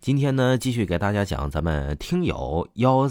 今天呢，继续给大家讲咱们听友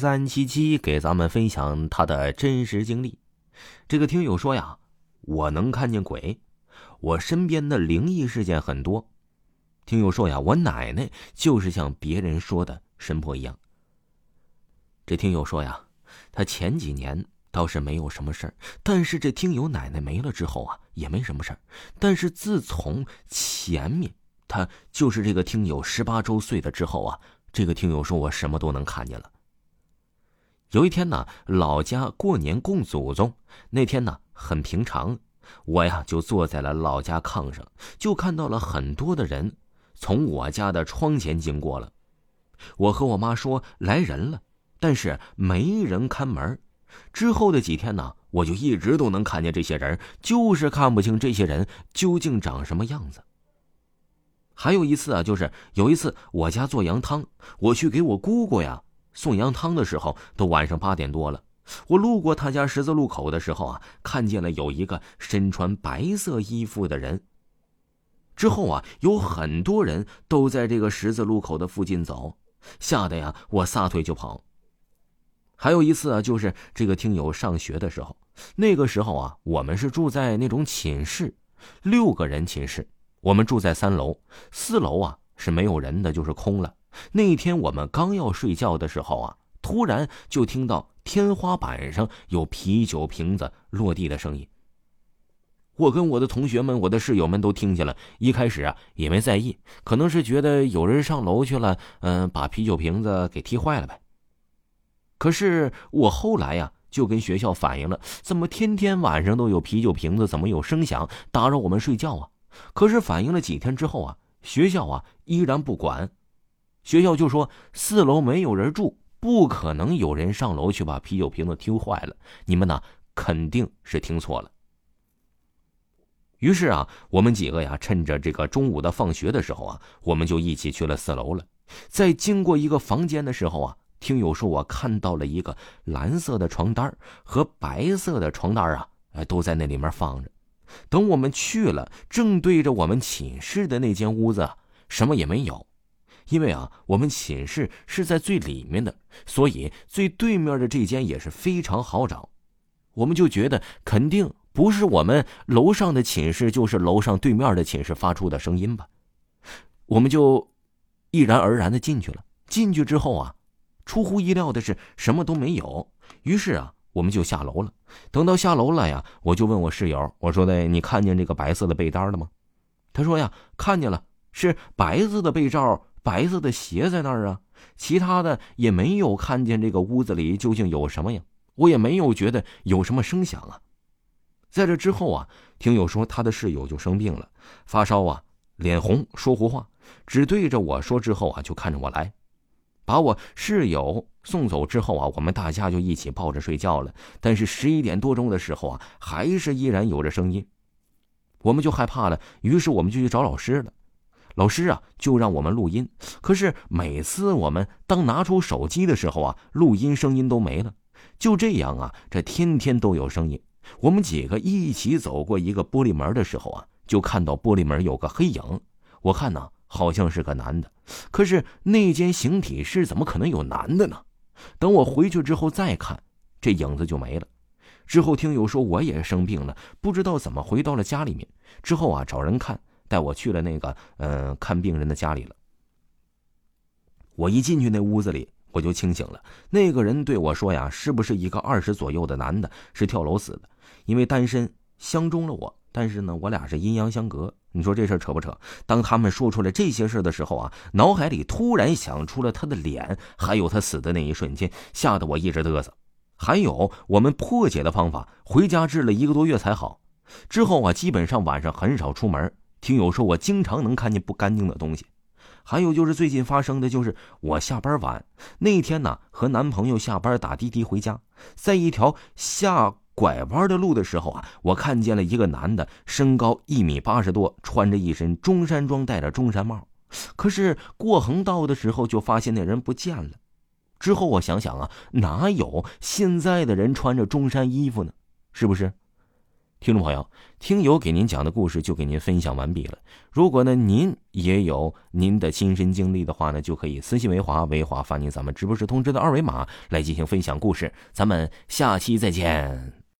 1377给咱们分享他的真实经历。这个听友说呀，我能看见鬼，我身边的灵异事件很多。听友说呀，我奶奶就是像别人说的神婆一样。这听友说呀，他前几年倒是没有什么事儿，但是这听友奶奶没了之后啊，也没什么事儿。但是自从前面他就是这个听友18周岁的之后啊，这个听友说我什么都能看见了。有一天呢，老家过年供祖宗，那天呢很平常，我呀就坐在了老家炕上，就看到了很多的人从我家的窗前经过了。我和我妈说来人了，但是没人看门。之后的几天呢，我就一直都能看见这些人，就是看不清这些人究竟长什么样子。还有一次啊，就是有一次我家做羊汤，我去给我姑姑呀送羊汤的时候，都晚上8点多了。我路过他家十字路口的时候啊，看见了有一个身穿白色衣服的人。之后啊，有很多人都在这个十字路口的附近走，吓得呀我撒腿就跑。还有一次啊，就是这个听友上学的时候，那个时候啊，我们是住在那种寝室，6个人寝室。我们住在3楼，4楼啊是没有人的，就是空了。那天我们刚要睡觉的时候啊，突然就听到天花板上有啤酒瓶子落地的声音。我跟我的同学们、我的室友们都听见了，一开始啊也没在意，可能是觉得有人上楼去了，把啤酒瓶子给踢坏了呗。可是我后来呀就跟学校反映了，怎么天天晚上都有啤酒瓶子，怎么有声响打扰我们睡觉啊？可是反映了几天之后啊，学校啊依然不管。学校就说4楼没有人住，不可能有人上楼去把啤酒瓶子踢坏了，你们呢肯定是听错了。于是啊，我们几个呀趁着这个中午的放学的时候啊，我们就一起去了4楼了。在经过一个房间的时候啊，听友说我看到了一个蓝色的床单和白色的床单啊，都在那里面放着。等我们去了，正对着我们寝室的那间屋子，什么也没有。因为啊，我们寝室是在最里面的，所以最对面的这间也是非常好找。我们就觉得肯定不是我们楼上的寝室，就是楼上对面的寝室发出的声音吧。我们就毅然而然的进去了。进去之后啊，出乎意料的是什么都没有。于是啊，我们就下楼了。等到下楼了呀，我就问我室友，我说的，你看见这个白色的被单了吗？他说呀，看见了，是白色的被罩，白色的鞋在那儿啊，其他的也没有看见这个屋子里究竟有什么呀，我也没有觉得有什么声响啊。在这之后啊，听友说他的室友就生病了，发烧啊，脸红，说胡话，只对着我说之后啊，就看着我来。把我室友送走之后啊，我们大家就一起抱着睡觉了。但是11点多钟的时候啊，还是依然有着声音，我们就害怕了，于是我们就去找老师了。老师啊就让我们录音，可是每次我们当拿出手机的时候啊，录音声音都没了。就这样啊，这天天都有声音。我们几个一起走过一个玻璃门的时候啊，就看到玻璃门有个黑影，我看呢好像是个男的，可是那间形体室怎么可能有男的呢？等我回去之后再看，这影子就没了。之后听友说我也生病了，不知道怎么回到了家里面。之后啊找人看，带我去了那个看病人的家里了。我一进去那屋子里，我就清醒了。那个人对我说呀，是不是一个20左右的男的，是跳楼死的，因为单身相中了我，但是呢我俩是阴阳相隔。你说这事扯不扯？当他们说出来这些事的时候啊，脑海里突然想出了他的脸，还有他死的那一瞬间，吓得我一直嘚瑟。还有我们破解的方法，回家治了1个多月才好。之后啊，基本上晚上很少出门。听友说我经常能看见不干净的东西。还有就是最近发生的，就是我下班晚那天呢，和男朋友下班打滴滴回家，在一条下拐弯的路的时候啊，我看见了一个男的，身高1.80米多，穿着一身中山装，戴着中山帽。可是过横道的时候就发现那人不见了。之后我想想啊，哪有现在的人穿着中山衣服呢？是不是？ 听众朋友，听友给您讲的故事就给您分享完毕了。如果呢您也有您的亲身经历的话呢，就可以私信维华，维华发您咱们直播室通知的2维码来进行分享故事。咱们下期再见。